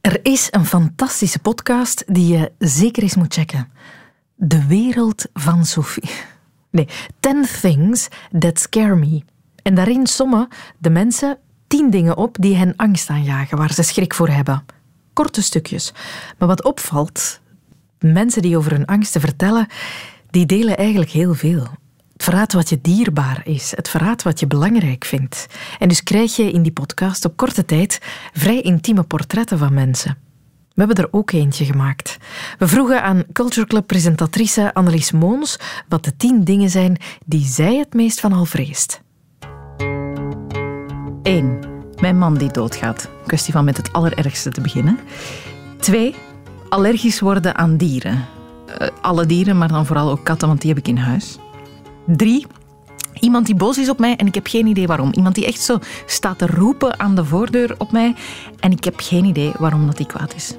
Er is een fantastische podcast die je zeker eens moet checken. De wereld van Sophie. Nee, 10 Things That Scare Me. En daarin sommen de mensen 10 dingen op die hen angst aanjagen, waar ze schrik voor hebben. Korte stukjes. Maar wat opvalt, mensen die over hun angsten vertellen, die delen eigenlijk heel veel. Het verraadt wat je dierbaar is. Het verraadt wat je belangrijk vindt. En dus krijg je in die podcast op korte tijd vrij intieme portretten van mensen. We hebben er ook eentje gemaakt. We vroegen aan Culture Club-presentatrice Annelies Moons wat de 10 dingen zijn die zij het meest van al vreest. 1. Mijn man die doodgaat. Kwestie van met het allerergste te beginnen. 2. Allergisch worden aan dieren. Alle dieren, maar dan vooral ook katten, want die heb ik in huis. 3. Iemand die boos is op mij en ik heb geen idee waarom. Iemand die echt zo staat te roepen aan de voordeur op mij en ik heb geen idee waarom dat die kwaad is.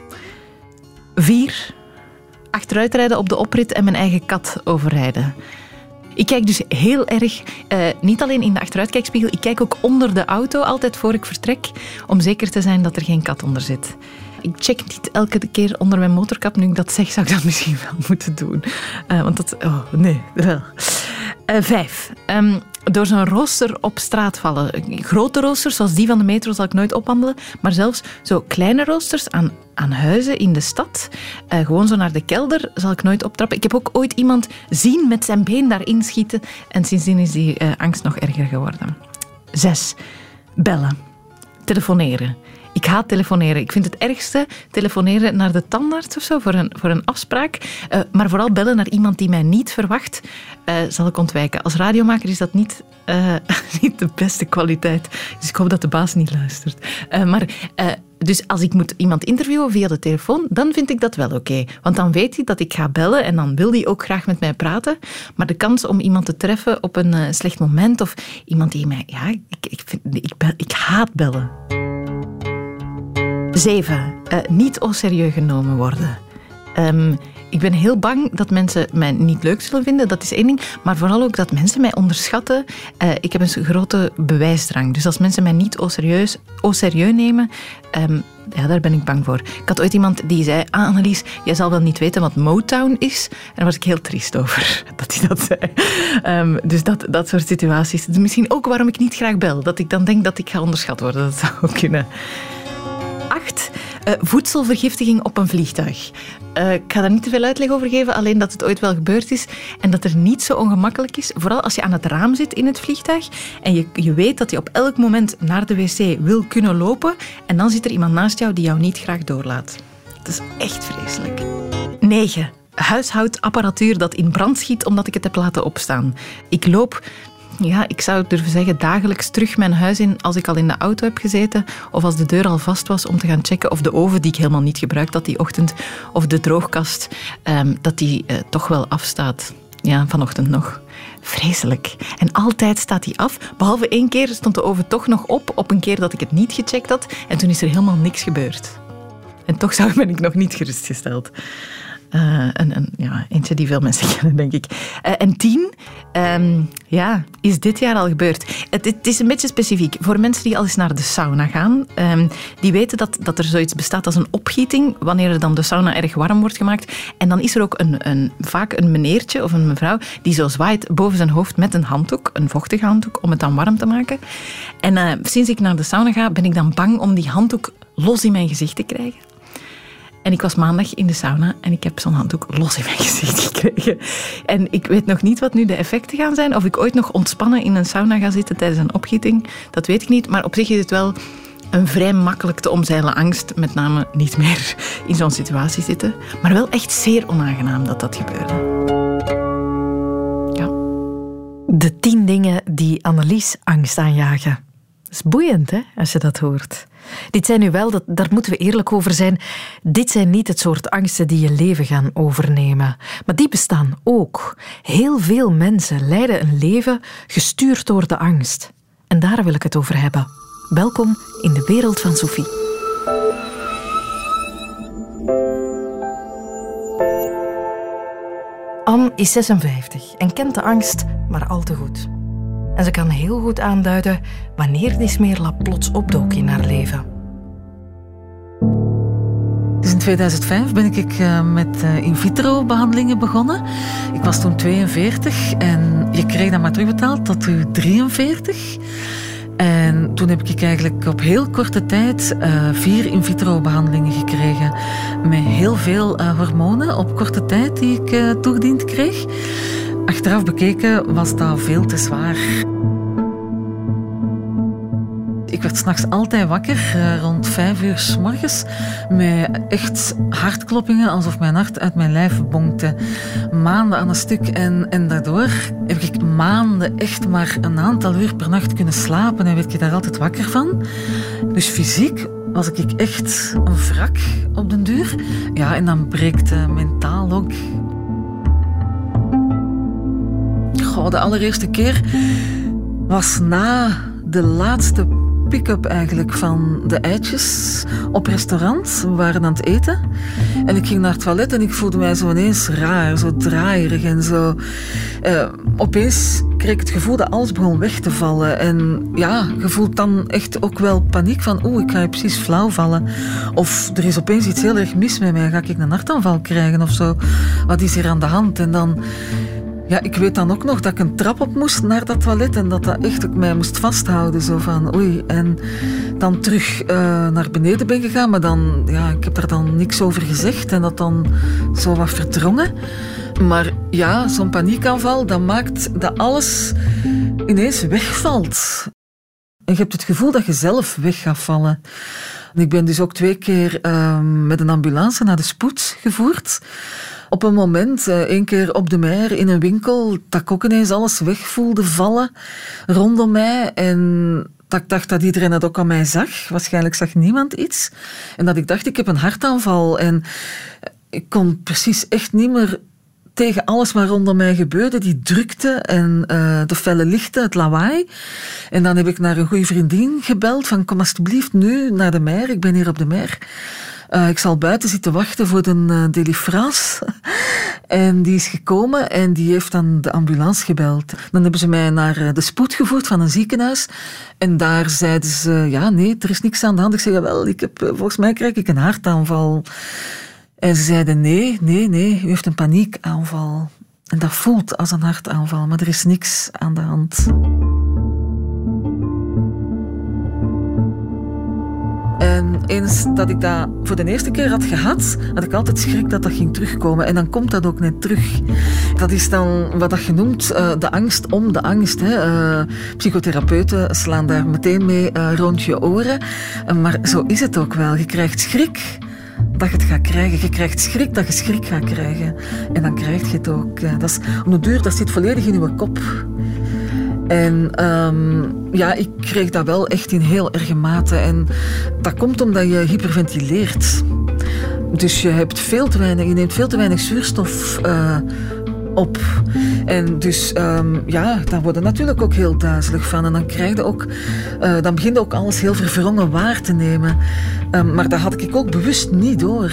4. Achteruitrijden op de oprit en mijn eigen kat overrijden. Ik kijk dus heel erg, niet alleen in de achteruitkijkspiegel, ik kijk ook onder de auto altijd voor ik vertrek, om zeker te zijn dat er geen kat onder zit. Ik check niet elke keer onder mijn motorkap. Nu ik dat zeg, zou ik dat misschien wel moeten doen. Want dat... Oh, nee. 5. Door zo'n rooster op straat vallen. Grote roosters, zoals die van de metro, zal ik nooit opwandelen. Maar zelfs zo kleine roosters aan huizen in de stad. Gewoon zo naar de kelder zal ik nooit optrappen. Ik heb ook ooit iemand zien met zijn been daarin schieten. En sindsdien is die angst nog erger geworden. 6. Bellen. Telefoneren. Ik haat telefoneren. Ik vind het ergste telefoneren naar de tandarts of zo voor een afspraak. Maar vooral bellen naar iemand die mij niet verwacht, zal ik ontwijken. Als radiomaker is dat niet de beste kwaliteit. Dus ik hoop dat de baas niet luistert. Dus als ik moet iemand interviewen via de telefoon, dan vind ik dat wel oké. Want dan weet hij dat ik ga bellen en dan wil hij ook graag met mij praten. Maar de kans om iemand te treffen op een slecht moment of iemand die mij... Ja, ik haat bellen. 7. Niet au serieus genomen worden. Ik ben heel bang dat mensen mij niet leuk zullen vinden, dat is 1 ding. Maar vooral ook dat mensen mij onderschatten. Ik heb een grote bewijsdrang. Dus als mensen mij niet au serieus nemen, daar ben ik bang voor. Ik had ooit iemand die zei, Annelies, jij zal wel niet weten wat Motown is. En daar was ik heel triest over dat hij dat zei. Dus dat soort situaties. Dus misschien ook waarom ik niet graag bel. Dat ik dan denk dat ik ga onderschat worden. Dat zou ook kunnen. 8. Voedselvergiftiging op een vliegtuig. Ik ga daar niet te veel uitleg over geven, alleen dat het ooit wel gebeurd is en dat er niet zo ongemakkelijk is. Vooral als je aan het raam zit in het vliegtuig en je weet dat je op elk moment naar de wc wil kunnen lopen en dan zit er iemand naast jou die jou niet graag doorlaat. Dat is echt vreselijk. 9. Huishoudapparatuur dat in brand schiet omdat ik het heb laten opstaan. Ik loop... Ja, ik zou durven zeggen dagelijks terug mijn huis in als ik al in de auto heb gezeten of als de deur al vast was om te gaan checken of de oven die ik helemaal niet gebruikt had die ochtend of de droogkast, dat die toch wel afstaat. Ja, vanochtend nog. Vreselijk. En altijd staat die af. Behalve 1 keer stond de oven toch nog op een keer dat ik het niet gecheckt had en toen is er helemaal niks gebeurd. En toch ben ik nog niet gerustgesteld. Eentje die veel mensen kennen, denk ik. En 10, is dit jaar al gebeurd. Het is een beetje specifiek. Voor mensen die al eens naar de sauna gaan, die weten dat er zoiets bestaat als een opgieting, wanneer er dan de sauna erg warm wordt gemaakt. En dan is er ook vaak een meneertje of een mevrouw die zo zwaait boven zijn hoofd met een handdoek, een vochtige handdoek, om het dan warm te maken. En sinds ik naar de sauna ga, ben ik dan bang om die handdoek los in mijn gezicht te krijgen. En ik was maandag in de sauna en ik heb zo'n handdoek los in mijn gezicht gekregen. En ik weet nog niet wat nu de effecten gaan zijn. Of ik ooit nog ontspannen in een sauna ga zitten tijdens een opgieting. Dat weet ik niet. Maar op zich is het wel een vrij makkelijk te omzeilen angst. Met name niet meer in zo'n situatie zitten. Maar wel echt zeer onaangenaam dat gebeurde. Ja. De 10 dingen die Annelies angst aanjagen. Dat is boeiend, hè, als je dat hoort. Dit zijn nu wel, daar moeten we eerlijk over zijn, dit zijn niet het soort angsten die je leven gaan overnemen. Maar die bestaan ook. Heel veel mensen leiden een leven gestuurd door de angst. En daar wil ik het over hebben. Welkom in de wereld van Sophie. Anne is 56 en kent de angst maar al te goed. En ze kan heel goed aanduiden wanneer die smeerlap plots opdook in haar leven. 2005 ben ik met in vitro behandelingen begonnen. Ik was toen 42 en je kreeg dat maar terugbetaald tot je 43. En toen heb ik eigenlijk op heel korte tijd 4 in vitro behandelingen gekregen. Met heel veel hormonen op korte tijd die ik toegediend kreeg. Achteraf bekeken was dat veel te zwaar. Ik werd 's nachts altijd wakker, rond 5 uur 's morgens, met echt hartkloppingen, alsof mijn hart uit mijn lijf bonkte. Maanden aan een stuk. En daardoor heb ik maanden echt maar een aantal uur per nacht kunnen slapen en werd je daar altijd wakker van. Dus fysiek was ik echt een wrak op den duur. Ja, en dan breekt mentaal ook. Goh, de allereerste keer was na de laatste pick-up eigenlijk van de eitjes op restaurant. We waren aan het eten en ik ging naar het toilet en ik voelde mij zo ineens raar, zo draaierig en zo. Opeens kreeg ik het gevoel dat alles begon weg te vallen. En ja, je voelt dan echt ook wel paniek van ik ga je precies flauw vallen. Of er is opeens iets heel erg mis met mij. Ga ik een hartaanval krijgen of zo? Wat is hier aan de hand? En dan... Ja, ik weet dan ook nog dat ik een trap op moest naar dat toilet en dat echt ook mij moest vasthouden. Zo van oei. En dan terug naar beneden ben gegaan, maar dan, ja, ik heb daar dan niks over gezegd en dat dan zo wat verdrongen. Maar ja, zo'n paniekaanval, dat maakt dat alles ineens wegvalt. En je hebt het gevoel dat je zelf weg gaat vallen. Ik ben dus ook 2 keer met een ambulance naar de spoed gevoerd. Op een moment, 1 keer op de Meer in een winkel, dat ik ook ineens alles weg voelde vallen rondom mij. En dat ik dacht dat iedereen het ook aan mij zag. Waarschijnlijk zag niemand iets. En dat ik dacht, ik heb een hartaanval. En ik kon precies echt niet meer tegen alles wat rondom mij gebeurde. Die drukte en de felle lichten, het lawaai. En dan heb ik naar een goede vriendin gebeld van kom alsjeblieft nu naar de Meer. Ik ben hier op de Meer. Ik zal buiten zitten wachten voor de Delivrance. En die is gekomen en die heeft dan de ambulance gebeld. Dan hebben ze mij naar de spoed gevoerd van een ziekenhuis. En daar zeiden ze, ja, nee, er is niks aan de hand. Ik zei, jawel, volgens mij krijg ik een hartaanval. En ze zeiden, nee, u heeft een paniekaanval. En dat voelt als een hartaanval, maar er is niks aan de hand. En eens dat ik dat voor de eerste keer had gehad, had ik altijd schrik dat dat ging terugkomen. En dan komt dat ook net terug. Dat is dan wat je noemt de angst om de angst. Hè. Psychotherapeuten slaan daar meteen mee rond je oren. Maar zo is het ook wel. Je krijgt schrik dat je het gaat krijgen. Je krijgt schrik dat je schrik gaat krijgen. En dan krijg je het ook. Dat is, om de duur, dat zit volledig in je kop. En ja, ik kreeg dat wel echt in heel erge mate. En dat komt omdat je hyperventileert. Dus je neemt veel te weinig zuurstof op. En dus ja, daar word je natuurlijk ook heel duizelig van. En dan krijg je ook, dan begint ook alles heel verwrongen waar te nemen. Maar dat had ik ook bewust niet door.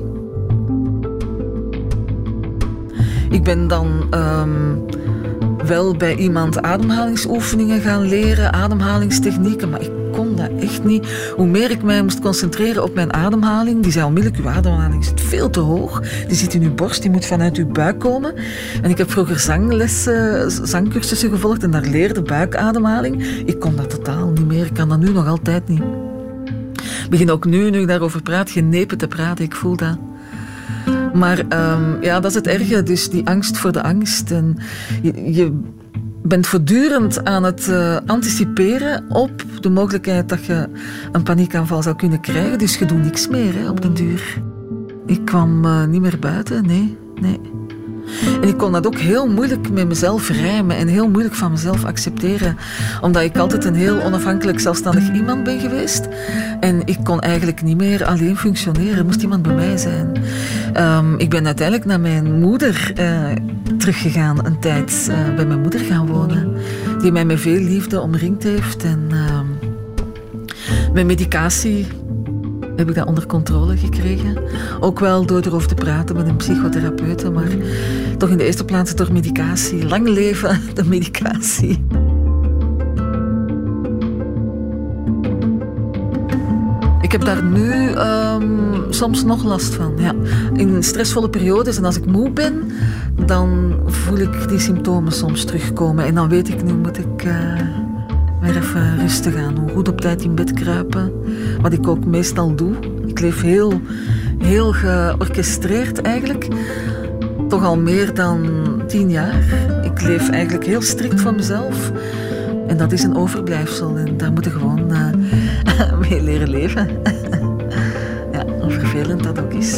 Ik ben dan wel bij iemand ademhalingsoefeningen gaan leren, ademhalingstechnieken, maar ik kon dat echt niet. Hoe meer ik mij moest concentreren op mijn ademhaling, die zei onmiddellijk, uw ademhaling zit veel te hoog, die zit in uw borst, die moet vanuit uw buik komen. En ik heb vroeger zangcursussen gevolgd en daar leerde buikademhaling. Ik kon dat totaal niet meer, ik kan dat nu nog altijd niet. Ik begin ook nu ik daarover praat, genepen te praten, ik voel dat. Maar ja, dat is het erge, dus die angst voor de angst. En je bent voortdurend aan het anticiperen op de mogelijkheid dat je een paniekaanval zou kunnen krijgen. Dus je doet niks meer op den duur. Ik kwam niet meer buiten, nee. En ik kon dat ook heel moeilijk met mezelf rijmen en heel moeilijk van mezelf accepteren. Omdat ik altijd een heel onafhankelijk, zelfstandig iemand ben geweest. En ik kon eigenlijk niet meer alleen functioneren. Er moest iemand bij mij zijn. Ik ben uiteindelijk naar mijn moeder teruggegaan. Een tijd bij mijn moeder gaan wonen. Die mij met veel liefde omringd heeft. En met medicatie heb ik dat onder controle gekregen. Ook wel door erover te praten met een psychotherapeute, maar toch in de eerste plaats door medicatie. Lang leven de medicatie. Ik heb daar nu soms nog last van. Ja. In stressvolle periodes en als ik moe ben, dan voel ik die symptomen soms terugkomen. En dan weet ik, nu moet ik weer even rustig aan. Goed op tijd in bed kruipen. Wat ik ook meestal doe. Ik leef heel georchestreerd eigenlijk. Toch al meer dan 10 jaar. Ik leef eigenlijk heel strikt voor mezelf. En dat is een overblijfsel. En daar moet je gewoon mee leren leven. Ja, hoe vervelend dat ook is.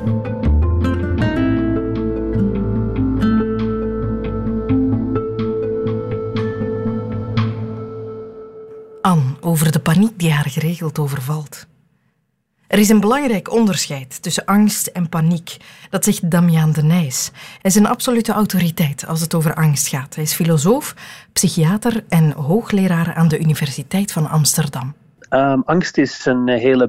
Anne, over de paniek die haar geregeld overvalt. Er is een belangrijk onderscheid tussen angst en paniek. Dat zegt Damiaan de Nijs. Hij is een absolute autoriteit als het over angst gaat. Hij is filosoof, psychiater en hoogleraar aan de Universiteit van Amsterdam. Angst is een hele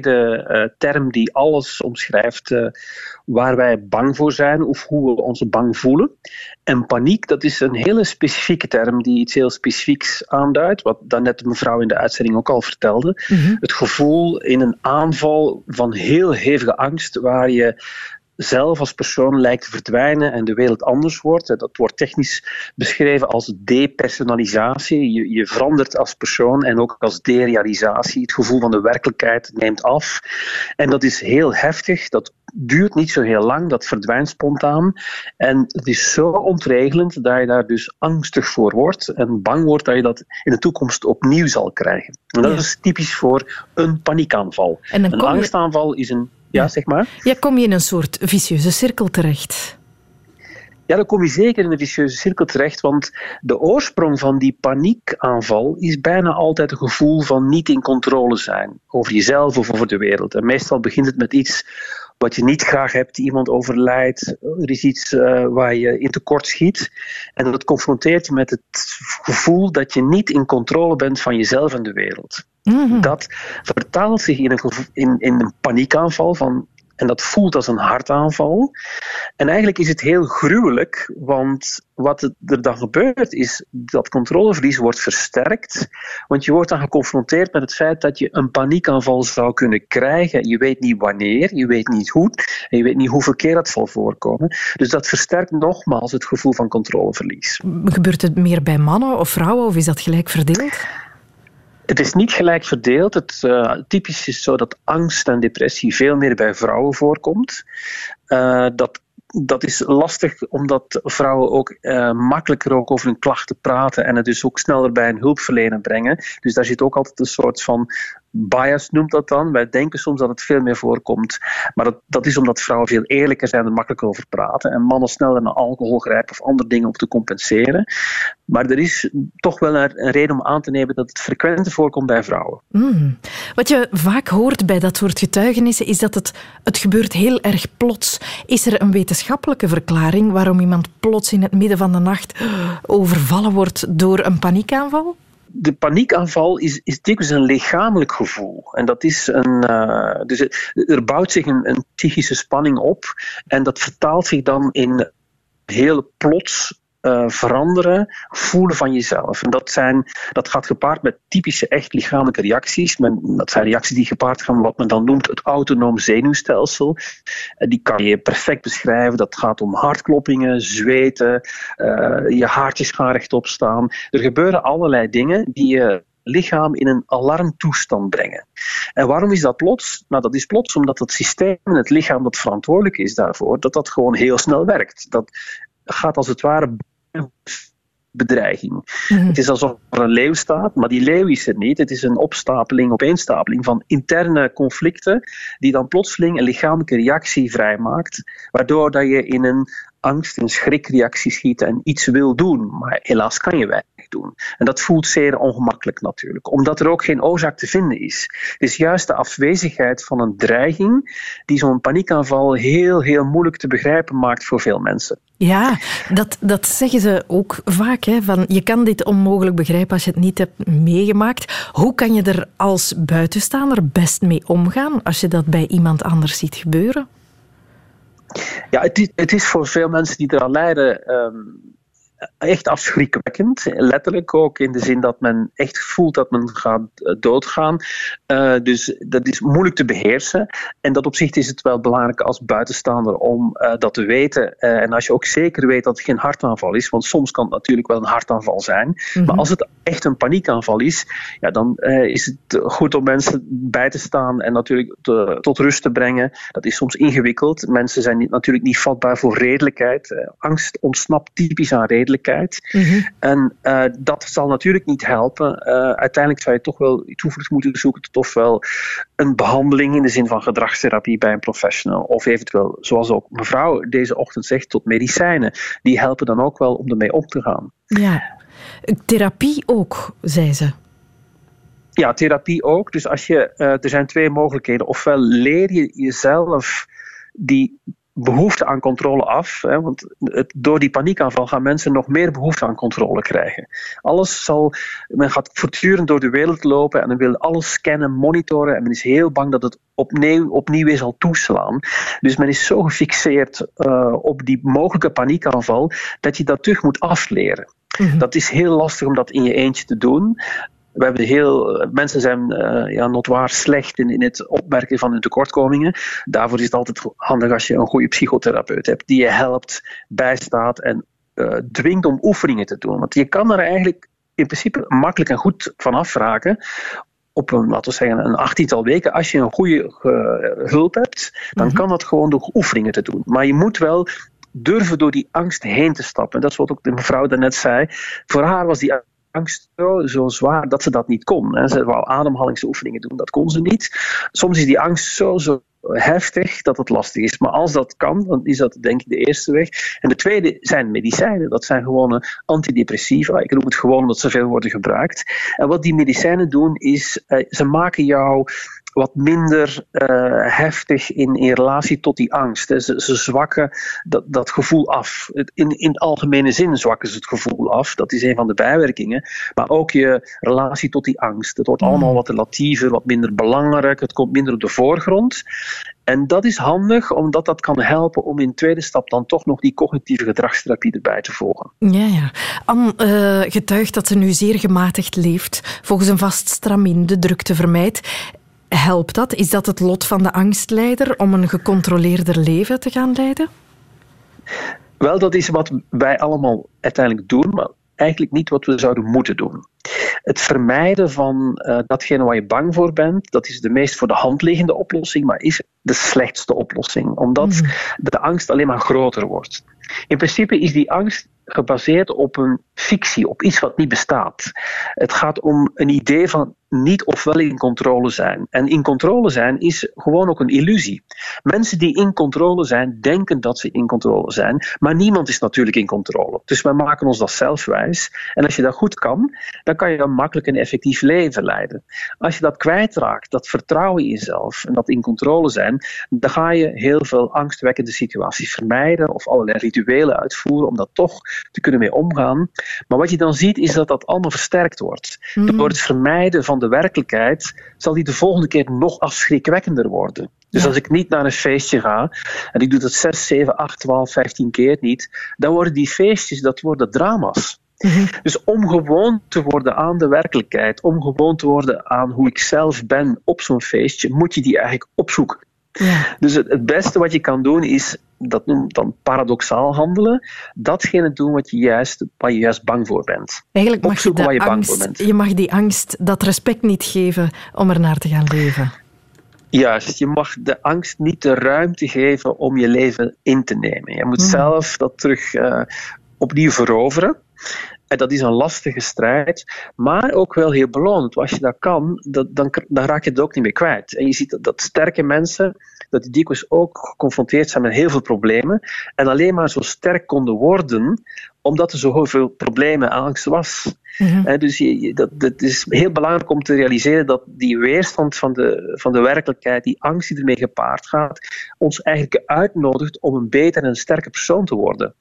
brede term die alles omschrijft waar wij bang voor zijn of hoe we ons bang voelen. En paniek, dat is een hele specifieke term die iets heel specifieks aanduidt, wat daarnet mevrouw in de uitzending ook al vertelde. Mm-hmm. Het gevoel in een aanval van heel hevige angst waar je zelf als persoon lijkt te verdwijnen en de wereld anders wordt. Dat wordt technisch beschreven als depersonalisatie. Je verandert als persoon en ook als derealisatie. Het gevoel van de werkelijkheid neemt af. En dat is heel heftig. Dat duurt niet zo heel lang. Dat verdwijnt spontaan. En het is zo ontregelend dat je daar dus angstig voor wordt en bang wordt dat je dat in de toekomst opnieuw zal krijgen. En dat is typisch voor een paniekaanval. En een angstaanval is een... Ja, zeg maar. Ja, kom je in een soort vicieuze cirkel terecht? Ja, dan kom je zeker in een vicieuze cirkel terecht, want de oorsprong van die paniekaanval is bijna altijd een gevoel van niet in controle zijn over jezelf of over de wereld. En meestal begint het met iets wat je niet graag hebt, iemand overlijdt, er is iets waar je in tekort schiet. En dat confronteert je met het gevoel dat je niet in controle bent van jezelf en de wereld. Mm-hmm. Dat vertaalt zich in een paniekaanval en dat voelt als een hartaanval. En eigenlijk is het heel gruwelijk, want wat er dan gebeurt is dat controleverlies wordt versterkt. Want je wordt dan geconfronteerd met het feit dat je een paniekaanval zou kunnen krijgen. Je weet niet wanneer, je weet niet hoe en je weet niet hoeveel keer dat zal voorkomen. Dus dat versterkt nogmaals het gevoel van controleverlies. Gebeurt het meer bij mannen of vrouwen of is dat gelijk verdeeld? Het is niet gelijk verdeeld. Het typisch is zo dat angst en depressie veel meer bij vrouwen voorkomt. Dat is lastig omdat vrouwen ook makkelijker ook over hun klachten praten en het dus ook sneller bij een hulpverlener brengen. Dus daar zit ook altijd een soort van bias, noemt dat dan. Wij denken soms dat het veel meer voorkomt. Maar dat is omdat vrouwen veel eerlijker zijn en er makkelijker over praten. En mannen sneller naar alcohol grijpen of andere dingen om te compenseren. Maar er is toch wel een reden om aan te nemen dat het frequenter voorkomt bij vrouwen. Wat je vaak hoort bij dat soort getuigenissen is dat het gebeurt heel erg plots. Is er een wetenschappelijke verklaring waarom iemand plots in het midden van de nacht overvallen wordt door een paniekaanval? De paniekaanval is dikwijls een lichamelijk gevoel. En dat is dus er bouwt zich een psychische spanning op. En dat vertaalt zich dan in heel plots veranderen, voelen van jezelf. En dat gaat gepaard met typische echt lichamelijke reacties. Dat zijn reacties die gepaard gaan wat men dan noemt het autonoom zenuwstelsel. Die kan je perfect beschrijven. Dat gaat om hartkloppingen, zweten, je haartjes gaan rechtop staan. Er gebeuren allerlei dingen die je lichaam in een alarmtoestand brengen. En waarom is dat plots? Nou, dat is plots omdat het systeem en het lichaam dat verantwoordelijk is daarvoor, dat gewoon heel snel werkt. Dat gaat als het ware bedreiging. Mm-hmm. Het is alsof er een leeuw staat, maar die leeuw is er niet. Het is een opeenstapeling van interne conflicten die dan plotseling een lichamelijke reactie vrijmaakt, waardoor dat je in een angst- en schrikreactie schiet en iets wil doen. Maar helaas kan je weinig doen. En dat voelt zeer ongemakkelijk natuurlijk, omdat er ook geen oorzaak te vinden is. Het is juist de afwezigheid van een dreiging die zo'n paniekaanval heel, heel moeilijk te begrijpen maakt voor veel mensen. Ja, dat zeggen ze ook vaak. Hè, van je kan dit onmogelijk begrijpen als je het niet hebt meegemaakt. Hoe kan je er als buitenstaander best mee omgaan als je dat bij iemand anders ziet gebeuren? Ja, het is voor veel mensen die eraan lijden echt afschrikwekkend. Letterlijk ook in de zin dat men echt voelt dat men gaat doodgaan. Dus dat is moeilijk te beheersen. En dat opzicht is het wel belangrijk als buitenstaander om dat te weten. En als je ook zeker weet dat het geen hartaanval is, want soms kan het natuurlijk wel een hartaanval zijn. Mm-hmm. Maar als het echt een paniekaanval is, ja, dan is het goed om mensen bij te staan en natuurlijk tot rust te brengen. Dat is soms ingewikkeld. Mensen zijn natuurlijk niet vatbaar voor redelijkheid. Angst ontsnapt typisch aan redelijkheid. Mm-hmm. En dat zal natuurlijk niet helpen. Uiteindelijk zou je toch wel toevlucht moeten zoeken tot ofwel een behandeling in de zin van gedragstherapie bij een professional, of eventueel, zoals ook mevrouw deze ochtend zegt, tot medicijnen. Die helpen dan ook wel om ermee om te gaan. Ja, therapie ook, zei ze. Ja, therapie ook. Dus er zijn 2 mogelijkheden. Ofwel leer je jezelf die behoefte aan controle af. Hè, want door die paniekaanval gaan mensen nog meer behoefte aan controle krijgen. Men gaat voortdurend door de wereld lopen en men wil alles scannen, monitoren en men is heel bang dat het opnieuw weer zal toeslaan. Dus men is zo gefixeerd op die mogelijke paniekaanval dat je dat terug moet afleren. Mm-hmm. Dat is heel lastig om dat in je eentje te doen. Mensen zijn notoir slecht in het opmerken van hun tekortkomingen. Daarvoor is het altijd handig als je een goede psychotherapeut hebt die je helpt, bijstaat en dwingt om oefeningen te doen. Want je kan er eigenlijk in principe makkelijk en goed van afraken op een 18-tal weken. Als je een goede hulp hebt, dan kan dat gewoon door oefeningen te doen. Maar je moet wel durven door die angst heen te stappen. En dat is wat ook de mevrouw daarnet zei. Voor haar was die angst zo zwaar dat ze dat niet kon. Ze wou ademhalingsoefeningen doen, dat kon ze niet. Soms is die angst zo heftig dat het lastig is. Maar als dat kan, dan is dat denk ik de eerste weg. En de tweede zijn medicijnen. Dat zijn gewone antidepressiva. Ik noem het gewoon omdat ze veel worden gebruikt. En wat die medicijnen doen is, ze maken jou wat minder heftig in relatie tot die angst. Ze zwakken dat gevoel af. In algemene zin zwakken ze het gevoel af. Dat is een van de bijwerkingen. Maar ook je relatie tot die angst. Het wordt allemaal wat relatiever, wat minder belangrijk. Het komt minder op de voorgrond. En dat is handig, omdat dat kan helpen om in tweede stap dan toch nog die cognitieve gedragstherapie erbij te volgen. Ja. Anne getuigt dat ze nu zeer gematigd leeft, volgens een vast stramien de drukte vermijdt. Helpt dat? Is dat het lot van de angstlijder om een gecontroleerder leven te gaan leiden? Wel, dat is wat wij allemaal uiteindelijk doen, maar eigenlijk niet wat we zouden moeten doen. Het vermijden van datgene waar je bang voor bent, dat is de meest voor de hand liggende oplossing, maar is de slechtste oplossing, omdat de angst alleen maar groter wordt. In principe is die angst gebaseerd op een fictie, op iets wat niet bestaat. Het gaat om een idee van niet of wel in controle zijn. En in controle zijn is gewoon ook een illusie. Mensen die in controle zijn, denken dat ze in controle zijn, maar niemand is natuurlijk in controle. Dus wij maken ons dat zelf wijs. En als je dat goed kan, dan kan je een makkelijk en effectief leven leiden. Als je dat kwijtraakt, dat vertrouwen in jezelf en dat in controle zijn, dan ga je heel veel angstwekkende situaties vermijden of allerlei rituelen uitvoeren om dat toch te kunnen mee omgaan. Maar wat je dan ziet is dat dat allemaal versterkt wordt. Door het vermijden van de werkelijkheid zal die de volgende keer nog afschrikwekkender worden. Dus als ik niet naar een feestje ga en ik doe dat 6, 7, 8, 12, 15 keer niet, dan worden die feestjes, dat worden drama's. Dus om gewoon te worden aan de werkelijkheid, om gewoon te worden aan hoe ik zelf ben op zo'n feestje, moet je die eigenlijk opzoeken. Ja. Dus het beste wat je kan doen is, dat noemt dan paradoxaal handelen, datgene doen waar je juist bang voor bent. Eigenlijk mag je mag die angst dat respect niet geven om er naar te gaan leven. Juist, je mag de angst niet de ruimte geven om je leven in te nemen. Je moet zelf dat terug opnieuw veroveren. En dat is een lastige strijd, maar ook wel heel belonend. Als je dat kan, dan raak je het ook niet meer kwijt. En je ziet dat sterke mensen, dat die dikwijls ook geconfronteerd zijn met heel veel problemen en alleen maar zo sterk konden worden, omdat er zoveel problemen en angst was. Dus dat is heel belangrijk om te realiseren dat die weerstand van de werkelijkheid, die angst die ermee gepaard gaat, ons eigenlijk uitnodigt om een beter en sterker persoon te worden.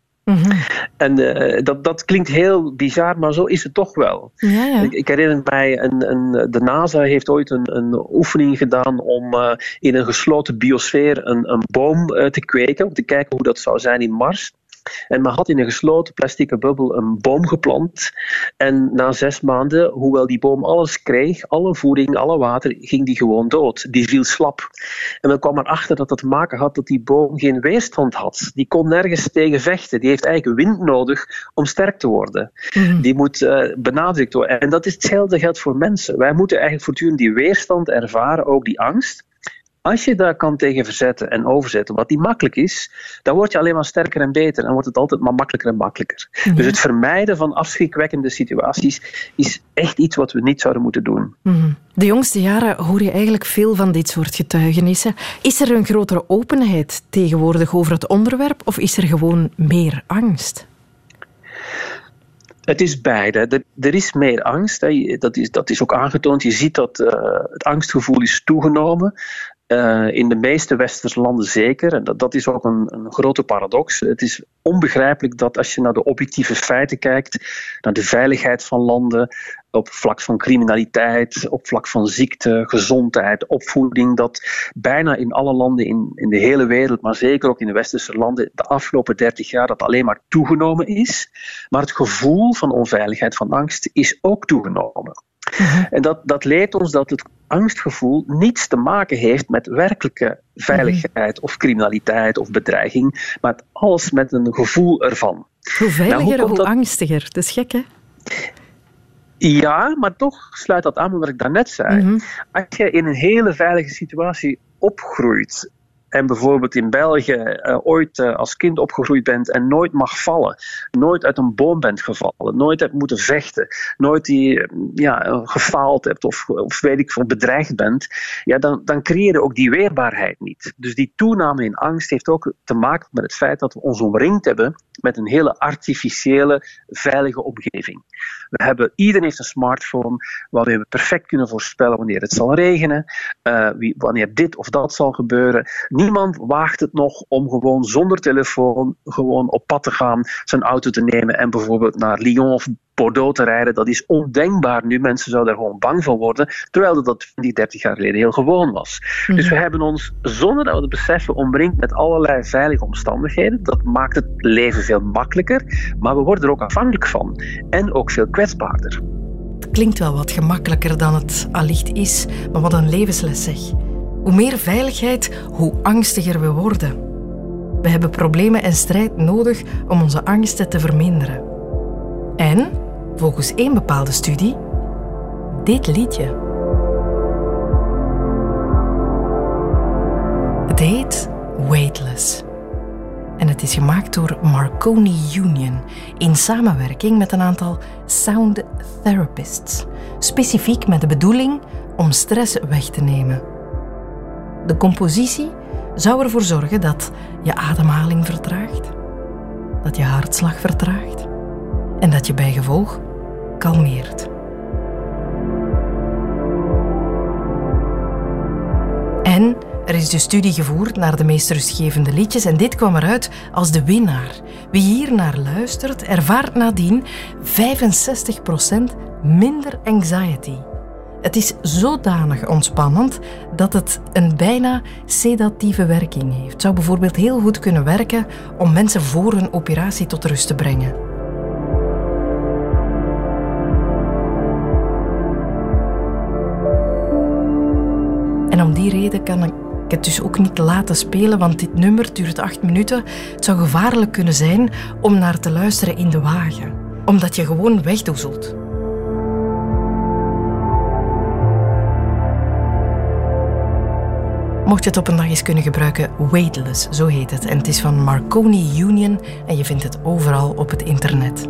En dat klinkt heel bizar, maar zo is het toch wel. Ja. Ik herinner mij, de NASA heeft ooit een oefening gedaan om in een gesloten biosfeer een boom te kweken, om te kijken hoe dat zou zijn in Mars. En men had in een gesloten plastic bubbel een boom geplant. En na 6 maanden, hoewel die boom alles kreeg, alle voeding, alle water, ging die gewoon dood. Die viel slap. En men kwam erachter dat te maken had dat die boom geen weerstand had. Die kon nergens tegen vechten. Die heeft eigenlijk wind nodig om sterk te worden. Die moet benadrukt worden. En dat is hetzelfde geldt voor mensen. Wij moeten eigenlijk voortdurend die weerstand ervaren, ook die angst. Als je daar kan tegen verzetten en overzetten, wat niet makkelijk is, dan word je alleen maar sterker en beter en wordt het altijd maar makkelijker en makkelijker. Ja. Dus het vermijden van afschrikwekkende situaties is echt iets wat we niet zouden moeten doen. De jongste jaren hoor je eigenlijk veel van dit soort getuigenissen. Is er een grotere openheid tegenwoordig over het onderwerp of is er gewoon meer angst? Het is beide. Er is meer angst. Dat is ook aangetoond. Je ziet dat het angstgevoel is toegenomen. In de meeste westerse landen zeker. En dat is ook een grote paradox. Het is onbegrijpelijk dat als je naar de objectieve feiten kijkt, naar de veiligheid van landen, op vlak van criminaliteit, op vlak van ziekte, gezondheid, opvoeding, dat bijna in alle landen in de hele wereld, maar zeker ook in de westerse landen, de afgelopen 30 jaar dat alleen maar toegenomen is. Maar het gevoel van onveiligheid, van angst, is ook toegenomen. En dat leert ons dat het angstgevoel niets te maken heeft met werkelijke veiligheid of criminaliteit of bedreiging, maar alles met een gevoel ervan. Hoe veiliger, hoe angstiger. Dat is gek, hè? Ja, maar toch sluit dat aan met wat ik daarnet zei. Als je in een hele veilige situatie opgroeit en bijvoorbeeld in België ooit als kind opgegroeid bent en nooit mag vallen, nooit uit een boom bent gevallen, nooit hebt moeten vechten, nooit gefaald hebt of weet ik veel, bedreigd bent, dan creëer je ook die weerbaarheid niet. Dus die toename in angst heeft ook te maken met het feit dat we ons omringd hebben met een hele artificiële, veilige omgeving. Iedereen heeft een smartphone waarmee we perfect kunnen voorspellen wanneer het zal regenen, wanneer dit of dat zal gebeuren. Niemand waagt het nog om gewoon zonder telefoon gewoon op pad te gaan, zijn auto te nemen en bijvoorbeeld naar Lyon of Bordeaux te rijden. Dat is ondenkbaar nu. Mensen zouden er gewoon bang van worden, terwijl dat 20, 30 jaar geleden heel gewoon was. Dus we hebben ons, zonder dat we het beseffen, omringd met allerlei veilige omstandigheden. Dat maakt het leven veel makkelijker, maar we worden er ook afhankelijk van. En ook veel kwetsbaarder. Het klinkt wel wat gemakkelijker dan het allicht is, maar wat een levensles zeg. Hoe meer veiligheid, hoe angstiger we worden. We hebben problemen en strijd nodig om onze angsten te verminderen. En, volgens één bepaalde studie, dit liedje. Het heet Weightless. En het is gemaakt door Marconi Union in samenwerking met een aantal sound therapists. Specifiek met de bedoeling om stress weg te nemen. De compositie zou ervoor zorgen dat je ademhaling vertraagt, dat je hartslag vertraagt en dat je bij gevolg kalmeert. En er is de studie gevoerd naar de meest rustgevende liedjes en dit kwam eruit als de winnaar. Wie hier naar luistert, ervaart nadien 65% minder anxiety. Het is zodanig ontspannend dat het een bijna sedatieve werking heeft. Het zou bijvoorbeeld heel goed kunnen werken om mensen voor een operatie tot rust te brengen. En om die reden kan ik het dus ook niet laten spelen, want dit nummer duurt 8 minuten. Het zou gevaarlijk kunnen zijn om naar te luisteren in de wagen, omdat je gewoon wegdoezelt. Mocht je het op een dag eens kunnen gebruiken, Weightless, zo heet het. En het is van Marconi Union en je vindt het overal op het internet.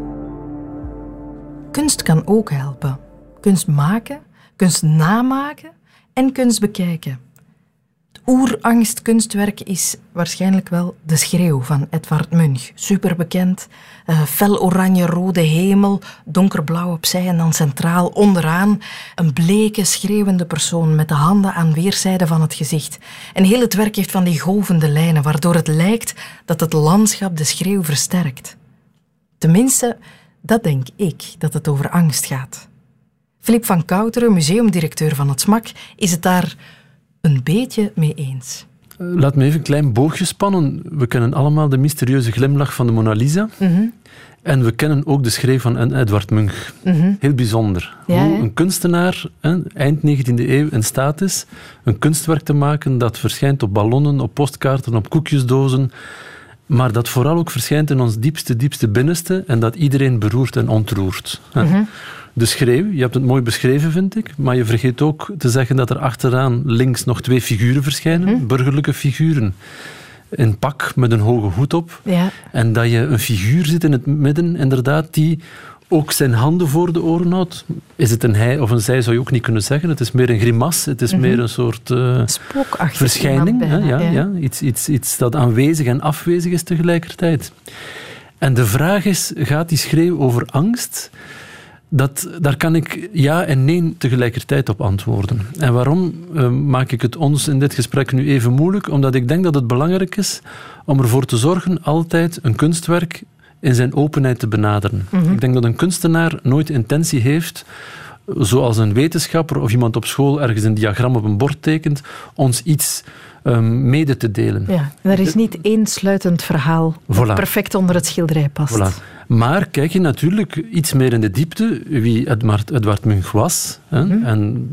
Kunst kan ook helpen. Kunst maken, kunst namaken en kunst bekijken. Het oerangstkunstwerk is waarschijnlijk wel De Schreeuw van Edvard Munch. Superbekend. Fel oranje-rode hemel, donkerblauw opzij en dan centraal onderaan een bleke, schreeuwende persoon met de handen aan weerszijden van het gezicht. En heel het werk heeft van die golvende lijnen, waardoor het lijkt dat het landschap de schreeuw versterkt. Tenminste, dat denk ik, dat het over angst gaat. Philippe van Kouteren, museumdirecteur van het SMAK, is het daar een beetje mee eens. Laat me even een klein boogje spannen. We kennen allemaal de mysterieuze glimlach van de Mona Lisa. Mm-hmm. En we kennen ook de schreef van Edvard Munch. Mm-hmm. Heel bijzonder. Ja, Hoe ja. een kunstenaar eind 19e eeuw in staat is een kunstwerk te maken dat verschijnt op ballonnen, op postkaarten, op koekjesdozen, maar dat vooral ook verschijnt in ons diepste binnenste en dat iedereen beroert en ontroert. Mm-hmm. De schreeuw, je hebt het mooi beschreven, vind ik, maar je vergeet ook te zeggen dat er achteraan links nog 2 figuren verschijnen, Mm-hmm. burgerlijke figuren. In pak met een hoge hoed op. Ja. En dat je een figuur zit in het midden, inderdaad, die ook zijn handen voor de oren houdt. Is het een hij of een zij, zou je ook niet kunnen zeggen. Het is meer een grimas, het is meer een soort Spookachtig verschijning. iemand bijna, Ja. Iets dat aanwezig en afwezig is tegelijkertijd. En de vraag is, gaat die schreeuw over angst? Daar kan ik ja en nee tegelijkertijd op antwoorden. En waarom maak ik het ons in dit gesprek nu even moeilijk? Omdat ik denk dat het belangrijk is om ervoor te zorgen altijd een kunstwerk in zijn openheid te benaderen. Mm-hmm. Ik denk dat een kunstenaar nooit intentie heeft, zoals een wetenschapper of iemand op school ergens een diagram op een bord tekent, ons iets mede te delen. Ja, er is niet één sluitend verhaal dat Voilà. perfect onder het schilderij past. Voilà. Maar kijk je natuurlijk iets meer in de diepte wie Edvard Munch was, hè, en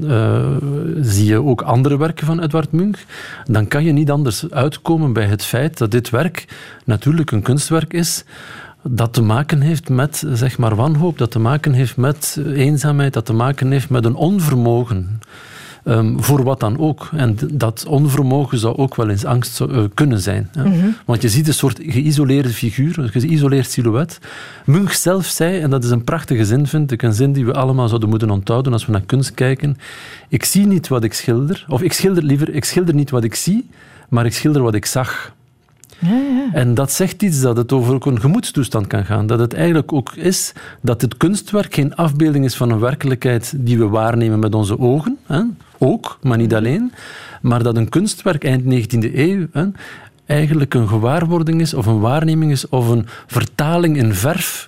zie je ook andere werken van Edvard Munch, dan kan je niet anders uitkomen bij het feit dat dit werk natuurlijk een kunstwerk is dat te maken heeft met, zeg maar, wanhoop, dat te maken heeft met eenzaamheid, dat te maken heeft met een onvermogen. Voor wat dan ook. En dat onvermogen zou ook wel eens angst kunnen zijn. Hè. Mm-hmm. Want je ziet een soort geïsoleerde figuur, een geïsoleerd silhouet. Munch zelf zei, en dat is een prachtige zin, vind ik, een zin die we allemaal zouden moeten onthouden als we naar kunst kijken. Ik zie niet wat ik schilder, of ik schilder niet wat ik zie, maar ik schilder wat ik zag. Ja. En dat zegt iets dat het over ook een gemoedstoestand kan gaan. Dat het eigenlijk ook is dat het kunstwerk geen afbeelding is van een werkelijkheid die we waarnemen met onze ogen. Hè? Ook, maar niet alleen. Maar dat een kunstwerk eind 19e eeuw eigenlijk een gewaarwording is, of een waarneming is, of een vertaling in verf.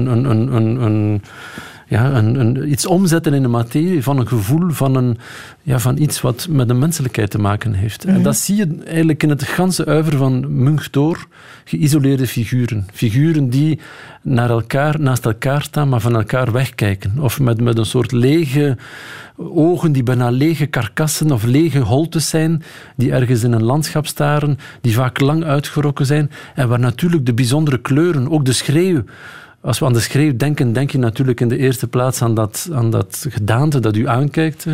Iets omzetten in de materie van een gevoel, van iets wat met de menselijkheid te maken heeft. En dat zie je eigenlijk in het ganse uiver van Munch door. Geïsoleerde figuren. Figuren die naast elkaar staan, maar van elkaar wegkijken. Of met een soort lege ogen, die bijna lege karkassen of lege holtes zijn, die ergens in een landschap staren, die vaak lang uitgerokken zijn. En waar natuurlijk de bijzondere kleuren, ook de schreeuw. Als we aan de schreeuw denken, denk je natuurlijk in de eerste plaats aan dat gedaante dat u aankijkt.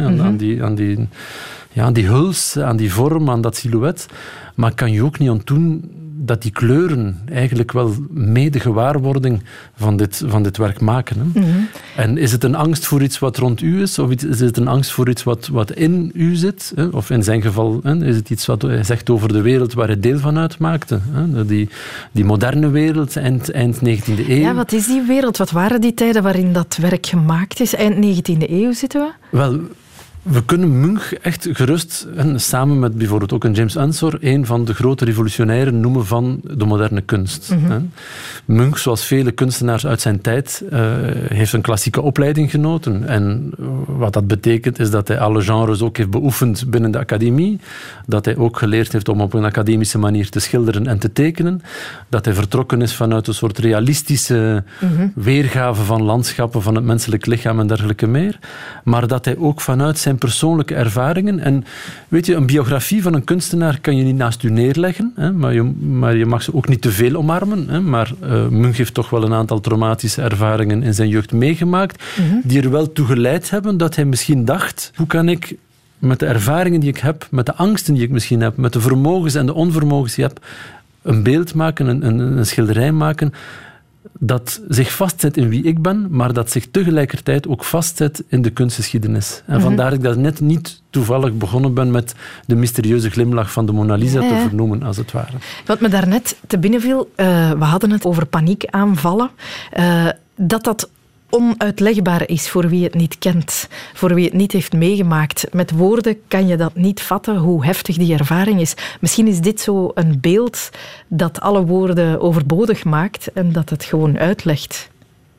Aan die huls, aan die vorm, aan dat silhouet. Maar kan je ook niet ontdoen dat die kleuren eigenlijk wel mede gewaarwording van dit werk maken. Hè? Mm-hmm. En is het een angst voor iets wat rond u is? Of is het een angst voor iets wat in u zit? Hè? Of in zijn geval is het iets wat hij zegt over de wereld waar hij deel van uitmaakte? Hè? Die moderne wereld, eind 19e eeuw. Ja, wat is die wereld? Wat waren die tijden waarin dat werk gemaakt is? Eind 19e eeuw zitten we? Wel, we kunnen Munch echt gerust, en samen met bijvoorbeeld ook een James Ensor, een van de grote revolutionairen noemen van de moderne kunst. Mm-hmm. Munch, zoals vele kunstenaars uit zijn tijd, heeft een klassieke opleiding genoten. En wat dat betekent, is dat hij alle genres ook heeft beoefend binnen de academie. Dat hij ook geleerd heeft om op een academische manier te schilderen en te tekenen. Dat hij vertrokken is vanuit een soort realistische weergave van landschappen, van het menselijk lichaam en dergelijke meer. Maar dat hij ook vanuit zijn persoonlijke ervaringen. En weet je, een biografie van een kunstenaar kan je niet naast u neerleggen, hè, maar je mag ze ook niet te veel omarmen. Hè, maar Munch heeft toch wel een aantal traumatische ervaringen in zijn jeugd meegemaakt, die er wel toe geleid hebben dat hij misschien dacht, hoe kan ik met de ervaringen die ik heb, met de angsten die ik misschien heb, met de vermogens en de onvermogens die ik heb, een beeld maken, een schilderij maken, dat zich vastzet in wie ik ben, maar dat zich tegelijkertijd ook vastzet in de kunstgeschiedenis. En vandaar dat ik dat net niet toevallig begonnen ben met de mysterieuze glimlach van de Mona Lisa te vernoemen, als het ware. Wat me daarnet te binnen viel, we hadden het over paniekaanvallen, dat onuitlegbaar is voor wie het niet kent, voor wie het niet heeft meegemaakt. Met woorden kan je dat niet vatten, hoe heftig die ervaring is. Misschien is dit zo een beeld dat alle woorden overbodig maakt en dat het gewoon uitlegt.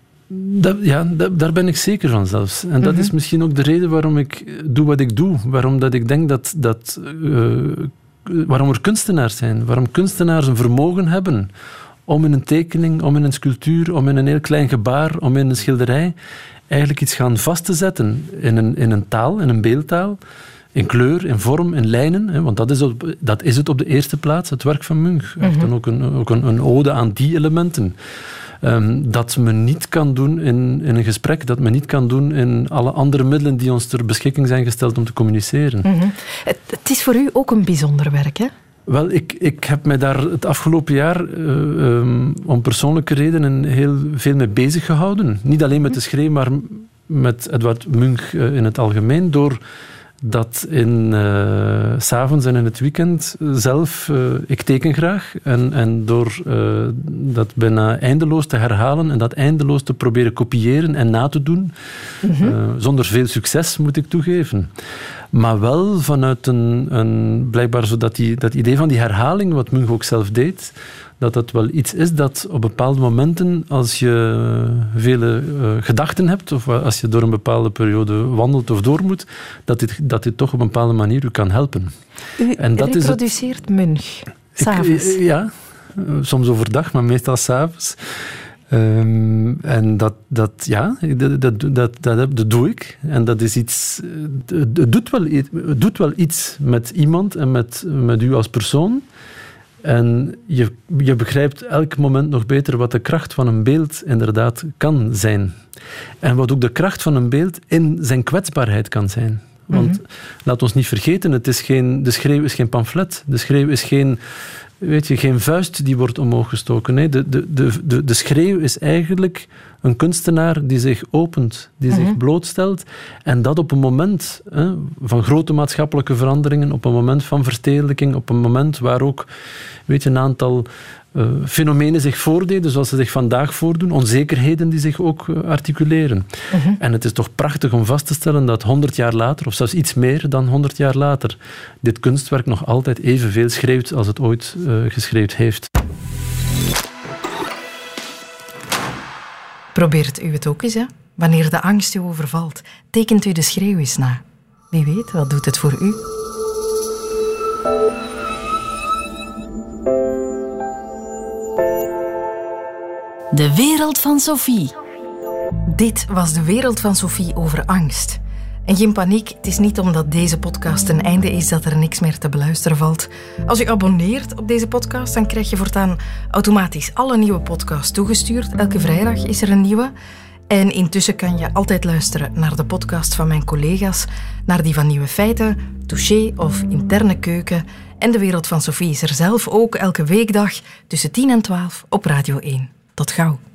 Daar ben ik zeker van zelfs. En dat is misschien ook de reden waarom ik doe wat ik doe. Waarom dat ik denk dat er kunstenaars zijn. Waarom kunstenaars een vermogen hebben om in een tekening, om in een sculptuur, om in een heel klein gebaar, om in een schilderij eigenlijk iets gaan vast te zetten in een taal, in een beeldtaal, in kleur, in vorm, in lijnen. Hè, want dat is het op de eerste plaats, het werk van Munch. Echt dan ook een ode aan die elementen. Dat men niet kan doen in een gesprek, dat men niet kan doen in alle andere middelen die ons ter beschikking zijn gesteld om te communiceren. Het is voor u ook een bijzonder werk, hè? Wel, ik heb mij daar het afgelopen jaar om persoonlijke redenen heel veel mee bezig gehouden. Niet alleen met de schreef, maar met Edvard Munch in het algemeen, door dat 's avonds en in het weekend zelf, ik teken graag, en door dat bijna eindeloos te herhalen en dat eindeloos te proberen kopiëren en na te doen, zonder veel succes, moet ik toegeven. Maar wel vanuit blijkbaar zo dat idee van die herhaling, wat Munch ook zelf deed, dat wel iets is dat op bepaalde momenten, als je vele gedachten hebt, of als je door een bepaalde periode wandelt of door moet, dat dit toch op een bepaalde manier u kan helpen. U reproduceert Munch, 's avonds? Ja, soms overdag, maar meestal 's avonds. En dat doe ik. En dat is iets... Het doet wel iets met iemand en met u als persoon. En je begrijpt elk moment nog beter wat de kracht van een beeld inderdaad kan zijn. En wat ook de kracht van een beeld in zijn kwetsbaarheid kan zijn. Want laat ons niet vergeten, de schreeuw is geen pamflet. De schreeuw is geen vuist die wordt omhoog gestoken. Nee, de schreeuw is eigenlijk een kunstenaar die zich opent, die zich blootstelt. En dat op een moment van grote maatschappelijke veranderingen, op een moment van verstedelijking, op een moment waar ook een aantal fenomenen zich voordeden, zoals ze zich vandaag voordoen, onzekerheden die zich ook articuleren. En het is toch prachtig om vast te stellen dat 100 jaar later, of zelfs iets meer dan 100 jaar later, dit kunstwerk nog altijd evenveel schreeuwt als het ooit geschreeuwd heeft. Probeert u het ook eens, hè? Wanneer de angst u overvalt, tekent u de schreeuw eens na. Wie weet, wat doet het voor u? De wereld van Sophie. Dit was de wereld van Sophie over angst. En geen paniek, het is niet omdat deze podcast een einde is dat er niks meer te beluisteren valt. Als je abonneert op deze podcast, dan krijg je voortaan automatisch alle nieuwe podcasts toegestuurd. Elke vrijdag is er een nieuwe. En intussen kan je altijd luisteren naar de podcast van mijn collega's, naar die van Nieuwe Feiten, Touché of Interne Keuken. En de wereld van Sophie is er zelf ook elke weekdag tussen 10 en 12 op Radio 1. Tot gauw.